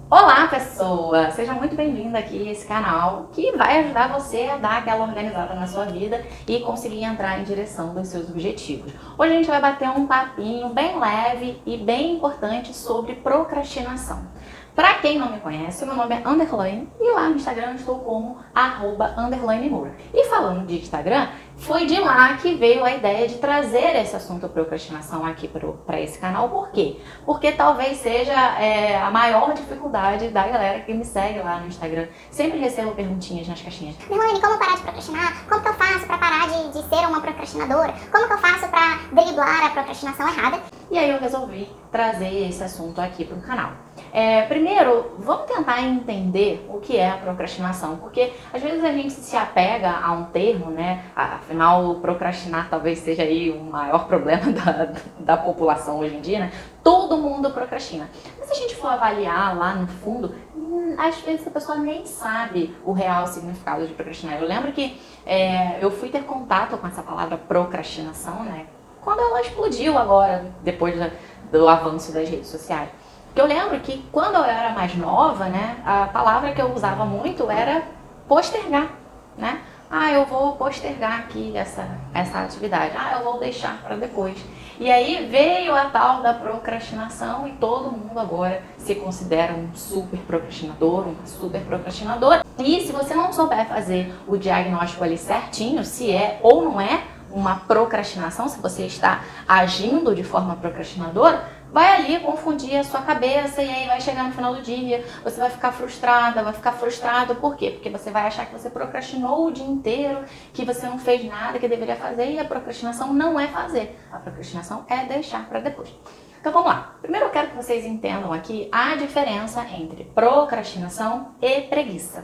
Olá, pessoa! Seja muito bem-vinda aqui a esse canal que vai ajudar você a dar aquela organizada na sua vida e conseguir entrar em direção dos seus objetivos. Hoje a gente vai bater um papinho bem leve e bem importante sobre procrastinação. Para quem não me conhece, o meu nome é Underline e lá no Instagram eu estou como @_Moura. E falando de Instagram, foi de lá que veio a ideia de trazer esse assunto procrastinação aqui para esse canal. Por quê? Porque talvez seja a maior dificuldade da galera que me segue lá no Instagram. Sempre recebo perguntinhas nas caixinhas. Underline, como parar de procrastinar? Como que eu faço para parar de ser uma procrastinadora? Como que eu faço para driblar a procrastinação errada? E aí eu resolvi trazer esse assunto aqui para o canal. Primeiro, vamos tentar entender o que é a procrastinação, porque às vezes a gente se apega a um termo, né? Afinal, procrastinar talvez seja aí o maior problema da população hoje em dia, né? Todo mundo procrastina. Mas se a gente for avaliar lá no fundo, às vezes a pessoa nem sabe o real significado de procrastinar. Eu lembro que eu fui ter contato com essa palavra procrastinação, né? Quando ela explodiu agora, depois do avanço das redes sociais. Porque eu lembro que quando eu era mais nova, né, a palavra que eu usava muito era postergar, né? Eu vou postergar aqui essa atividade. Eu vou deixar para depois. E aí veio a tal da procrastinação e todo mundo agora se considera um super procrastinador, uma super procrastinadora. E se você não souber fazer o diagnóstico ali certinho, se é ou não é uma procrastinação, se você está agindo de forma procrastinadora, vai ali confundir a sua cabeça e aí vai chegar no final do dia, você vai ficar frustrada, vai ficar frustrado. Por quê? Porque você vai achar que você procrastinou o dia inteiro, que você não fez nada que deveria fazer, e a procrastinação não é fazer. A procrastinação é deixar para depois. Então vamos lá. Primeiro eu quero que vocês entendam aqui a diferença entre procrastinação e preguiça.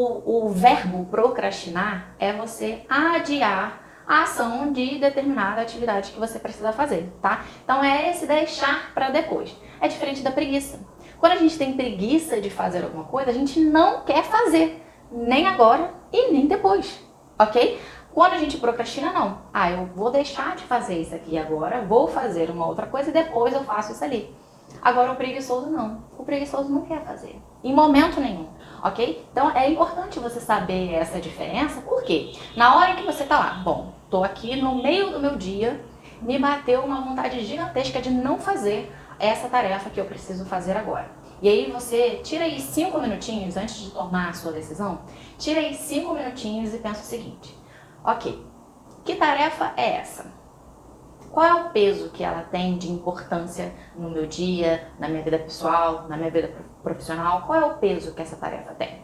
O verbo procrastinar é você adiar a ação de determinada atividade que você precisa fazer, tá? Então é esse deixar para depois. É diferente da preguiça. Quando a gente tem preguiça de fazer alguma coisa, a gente não quer fazer, nem agora e nem depois, ok? Quando a gente procrastina, não. Eu vou deixar de fazer isso aqui agora, vou fazer uma outra coisa e depois eu faço isso ali. Agora o preguiçoso não. O preguiçoso não quer fazer, em momento nenhum, ok? Então é importante você saber essa diferença, porque na hora que você tá lá, tô aqui no meio do meu dia, me bateu uma vontade gigantesca de não fazer essa tarefa que eu preciso fazer agora. E aí você tira aí 5 minutinhos antes de tomar a sua decisão, tira aí 5 minutinhos e pensa o seguinte: ok, que tarefa é essa? Qual é o peso que ela tem de importância no meu dia, na minha vida pessoal, na minha vida profissional? Qual é o peso que essa tarefa tem?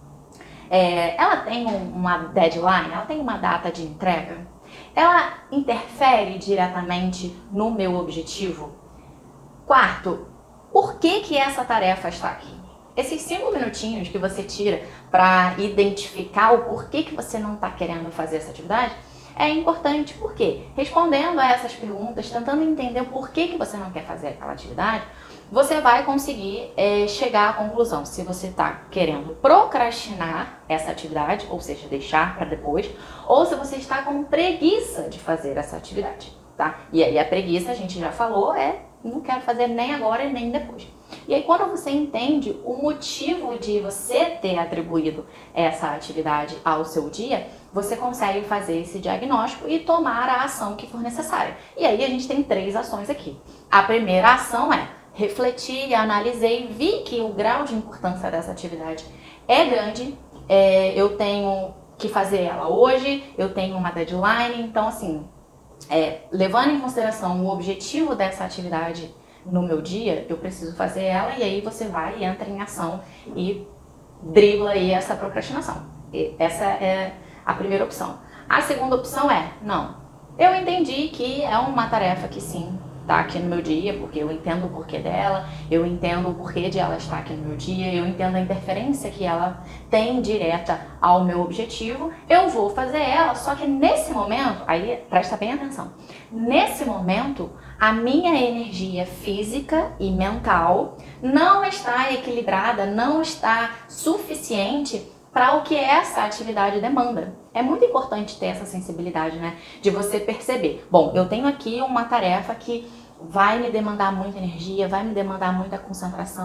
Ela tem uma deadline? Ela tem uma data de entrega? Ela interfere diretamente no meu objetivo? Quarto, por que essa tarefa está aqui? Esses 5 minutinhos que você tira para identificar o porquê que você não está querendo fazer essa atividade é importante, porque respondendo a essas perguntas, tentando entender o porquê que você não quer fazer aquela atividade, você vai conseguir chegar à conclusão se você está querendo procrastinar essa atividade, ou seja, deixar para depois, ou se você está com preguiça de fazer essa atividade, tá? E aí a preguiça, a gente já falou, não quero fazer nem agora e nem depois. E aí quando você entende o motivo de você ter atribuído essa atividade ao seu dia, você consegue fazer esse diagnóstico e tomar a ação que for necessária. E aí a gente tem 3 ações aqui. A primeira ação é refletir, analisei, vi que o grau de importância dessa atividade é grande, eu tenho que fazer ela hoje, eu tenho uma deadline, então assim, levando em consideração o objetivo dessa atividade no meu dia, eu preciso fazer ela, e aí você vai e entra em ação e dribla aí essa procrastinação. Essa é a primeira opção. A segunda opção não, eu entendi que é uma tarefa que sim, está aqui no meu dia, porque eu entendo o porquê dela, eu entendo o porquê de ela estar aqui no meu dia, eu entendo a interferência que ela tem direta ao meu objetivo, eu vou fazer ela, só que nesse momento, aí presta bem atenção, nesse momento a minha energia física e mental não está equilibrada, não está suficiente para o que essa atividade demanda. É muito importante ter essa sensibilidade, né? De você perceber, eu tenho aqui uma tarefa que vai me demandar muita energia, vai me demandar muita concentração.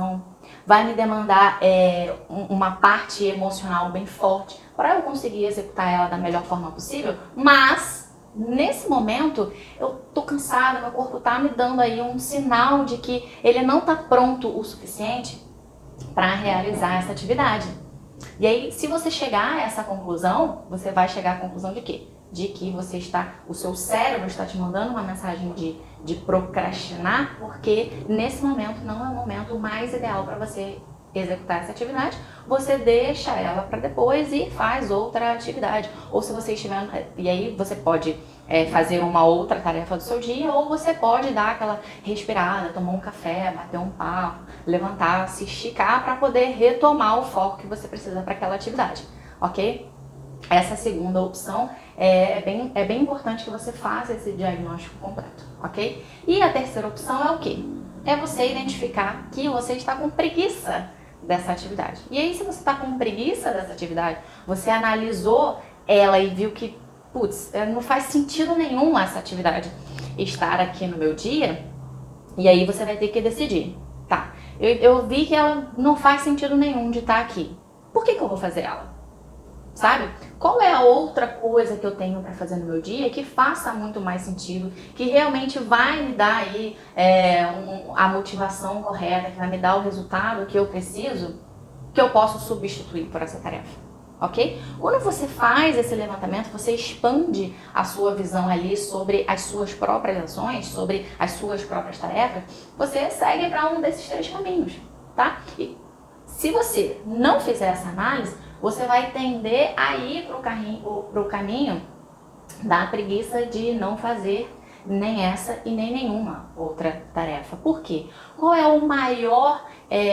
vai me demandar uma parte emocional bem forte para eu conseguir executar ela da melhor forma possível, mas nesse momento eu tô cansada, meu corpo tá me dando aí um sinal de que ele não tá pronto o suficiente para realizar essa atividade. E aí, se você chegar a essa conclusão, você vai chegar à conclusão de quê? De que o seu cérebro está te mandando uma mensagem de procrastinar, porque nesse momento não é o momento mais ideal para você executar essa atividade, você deixa ela para depois e faz outra atividade. Ou se você estiver... E aí você pode fazer uma outra tarefa do seu dia, ou você pode dar aquela respirada, tomar um café, bater um papo, levantar, se esticar para poder retomar o foco que você precisa para aquela atividade, ok? Essa segunda opção é bem importante que você faça esse diagnóstico completo, ok? E a terceira opção é o quê? É você identificar que você está com preguiça dessa atividade. E aí, se você está com preguiça dessa atividade, você analisou ela e viu que, putz, não faz sentido nenhum essa atividade estar aqui no meu dia, e aí você vai ter que decidir, tá, eu vi que ela não faz sentido nenhum de estar aqui, por que eu vou fazer ela? Sabe? Qual é a outra coisa que eu tenho para fazer no meu dia que faça muito mais sentido, que realmente vai me dar aí a motivação correta, que vai me dar o resultado que eu preciso, que eu posso substituir por essa tarefa, ok? Quando você faz esse levantamento, você expande a sua visão ali sobre as suas próprias ações, sobre as suas próprias tarefas, você segue para um desses três caminhos, tá? E se você não fizer essa análise, você vai tender a ir para o caminho da preguiça de não fazer nem essa e nem nenhuma outra tarefa. Por quê? Qual é o maior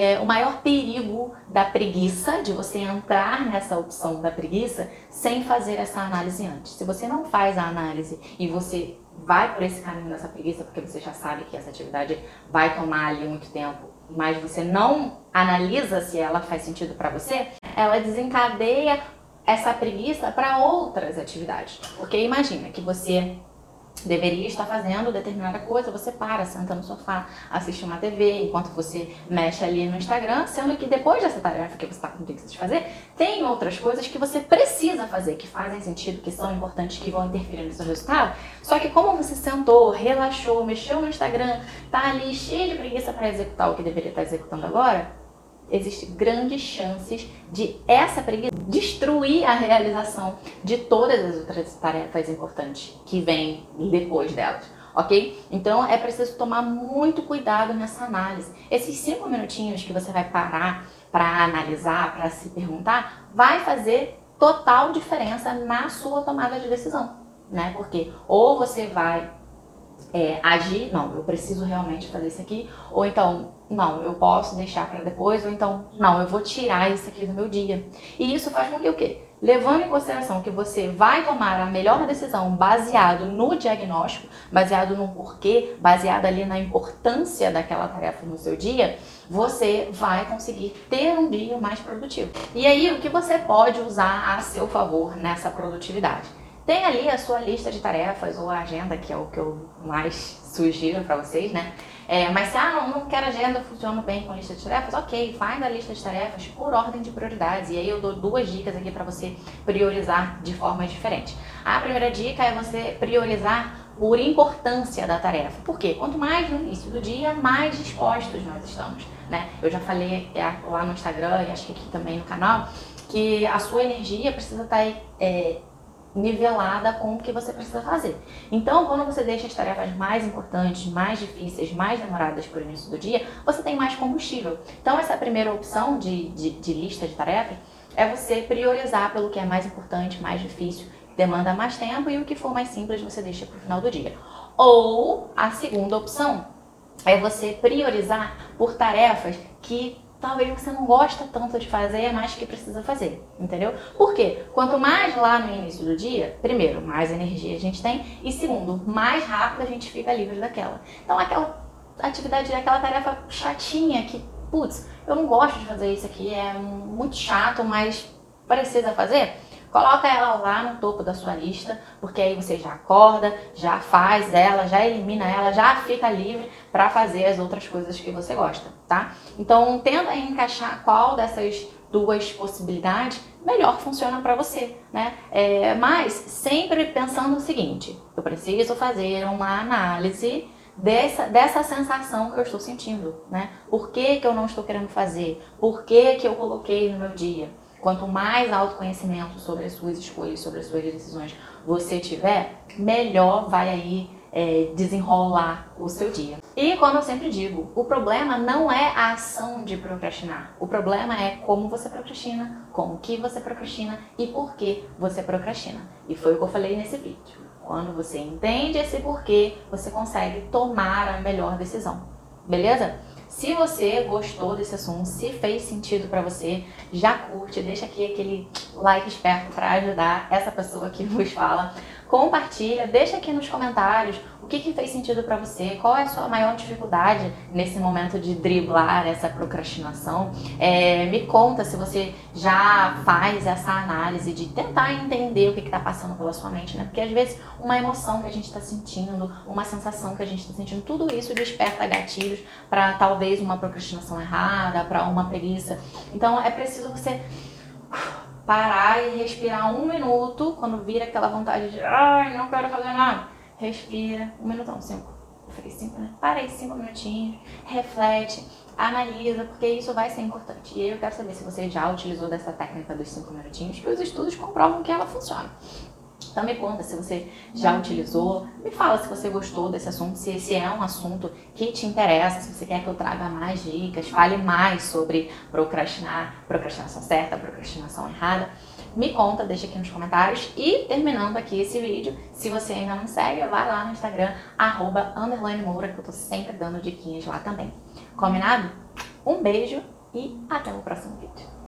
perigo da preguiça, de você entrar nessa opção da preguiça sem fazer essa análise antes? Se você não faz a análise e você vai por esse caminho dessa preguiça, porque você já sabe que essa atividade vai tomar ali muito tempo, mas você não analisa se ela faz sentido para você, ela desencadeia essa preguiça para outras atividades. Porque imagina que você deveria estar fazendo determinada coisa, você para, senta no sofá, assiste uma TV, enquanto você mexe ali no Instagram, sendo que depois dessa tarefa que você está com preguiça de fazer, tem outras coisas que você precisa fazer, que fazem sentido, que são importantes, que vão interferir no seu resultado. Só que como você sentou, relaxou, mexeu no Instagram, tá ali cheio de preguiça para executar o que deveria estar executando agora, existem grandes chances de essa preguiça destruir a realização de todas as outras tarefas importantes que vêm depois delas, ok? Então é preciso tomar muito cuidado nessa análise. Esses 5 minutinhos que você vai parar para analisar, para se perguntar, vai fazer total diferença na sua tomada de decisão, né? Porque ou você vai agir, não, eu preciso realmente fazer isso aqui, ou então, não, eu posso deixar para depois, ou então, não, eu vou tirar isso aqui do meu dia. E isso faz com que o quê? Levando em consideração que você vai tomar a melhor decisão baseado no diagnóstico, baseado no porquê, baseado ali na importância daquela tarefa no seu dia, você vai conseguir ter um dia mais produtivo. E aí, o que você pode usar a seu favor nessa produtividade? Tem ali a sua lista de tarefas ou a agenda, que é o que eu mais sugiro para vocês, né? Mas se não quero agenda, funciona bem com lista de tarefas, ok, faz a lista de tarefas por ordem de prioridades. E aí eu dou 2 dicas aqui para você priorizar de formas diferentes. A primeira dica é você priorizar por importância da tarefa. Por quê? Quanto mais no início do dia, mais dispostos nós estamos, né? Eu já falei lá no Instagram e acho que aqui também no canal, que a sua energia precisa estar nivelada com o que você precisa fazer. Então, quando você deixa as tarefas mais importantes, mais difíceis, mais demoradas para o início do dia, você tem mais combustível. Então, essa primeira opção de lista de tarefas é você priorizar pelo que é mais importante, mais difícil, demanda mais tempo, e o que for mais simples você deixa para o final do dia. Ou a segunda opção é você priorizar por tarefas que talvez você não gosta tanto de fazer, mas que precisa fazer, entendeu? Por quê? Quanto mais lá no início do dia, primeiro, mais energia a gente tem, e segundo, mais rápido a gente fica livre daquela. Então aquela atividade, aquela tarefa chatinha que, putz, eu não gosto de fazer isso aqui, é muito chato, mas precisa fazer, coloca ela lá no topo da sua lista, porque aí você já acorda, já faz ela, já elimina ela, já fica livre para fazer as outras coisas que você gosta, tá? Então tenta encaixar qual dessas duas possibilidades melhor funciona para você, né? Mas sempre pensando o seguinte: eu preciso fazer uma análise dessa sensação que eu estou sentindo, né? Por que eu não estou querendo fazer? Por que eu coloquei no meu dia? Quanto mais autoconhecimento sobre as suas escolhas, sobre as suas decisões você tiver, melhor vai aí desenrolar o seu dia. E como eu sempre digo, o problema não é a ação de procrastinar. O problema é como você procrastina, como que você procrastina e por que você procrastina. E foi o que eu falei nesse vídeo. Quando você entende esse porquê, você consegue tomar a melhor decisão. Beleza? Se você gostou desse assunto, se fez sentido pra você, já curte, deixa aqui aquele like esperto pra ajudar essa pessoa que vos fala. Compartilha, deixa aqui nos comentários o que fez sentido pra você, qual é a sua maior dificuldade nesse momento de driblar essa procrastinação. Me conta se você já faz essa análise de tentar entender o que tá passando pela sua mente, né? Porque às vezes uma emoção que a gente tá sentindo, uma sensação que a gente tá sentindo, tudo isso desperta gatilhos para talvez uma procrastinação errada, para uma preguiça. Então é preciso você parar e respirar 1 minuto quando vira aquela vontade de ai, não quero fazer nada. Respira, 1 minuto não, 5. Eu falei 5, né? Para aí 5 minutinhos, reflete, analisa, porque isso vai ser importante. E eu quero saber se você já utilizou dessa técnica dos 5 minutinhos, que os estudos comprovam que ela funciona. Então me conta se você já utilizou, me fala se você gostou desse assunto, se esse é um assunto que te interessa, se você quer que eu traga mais dicas, fale mais sobre procrastinar, procrastinação certa, procrastinação errada. Me conta, deixa aqui nos comentários. E terminando aqui esse vídeo, se você ainda não me segue, vai lá no Instagram, @_Moura, que eu tô sempre dando diquinhas lá também. Combinado? Um beijo e até o próximo vídeo.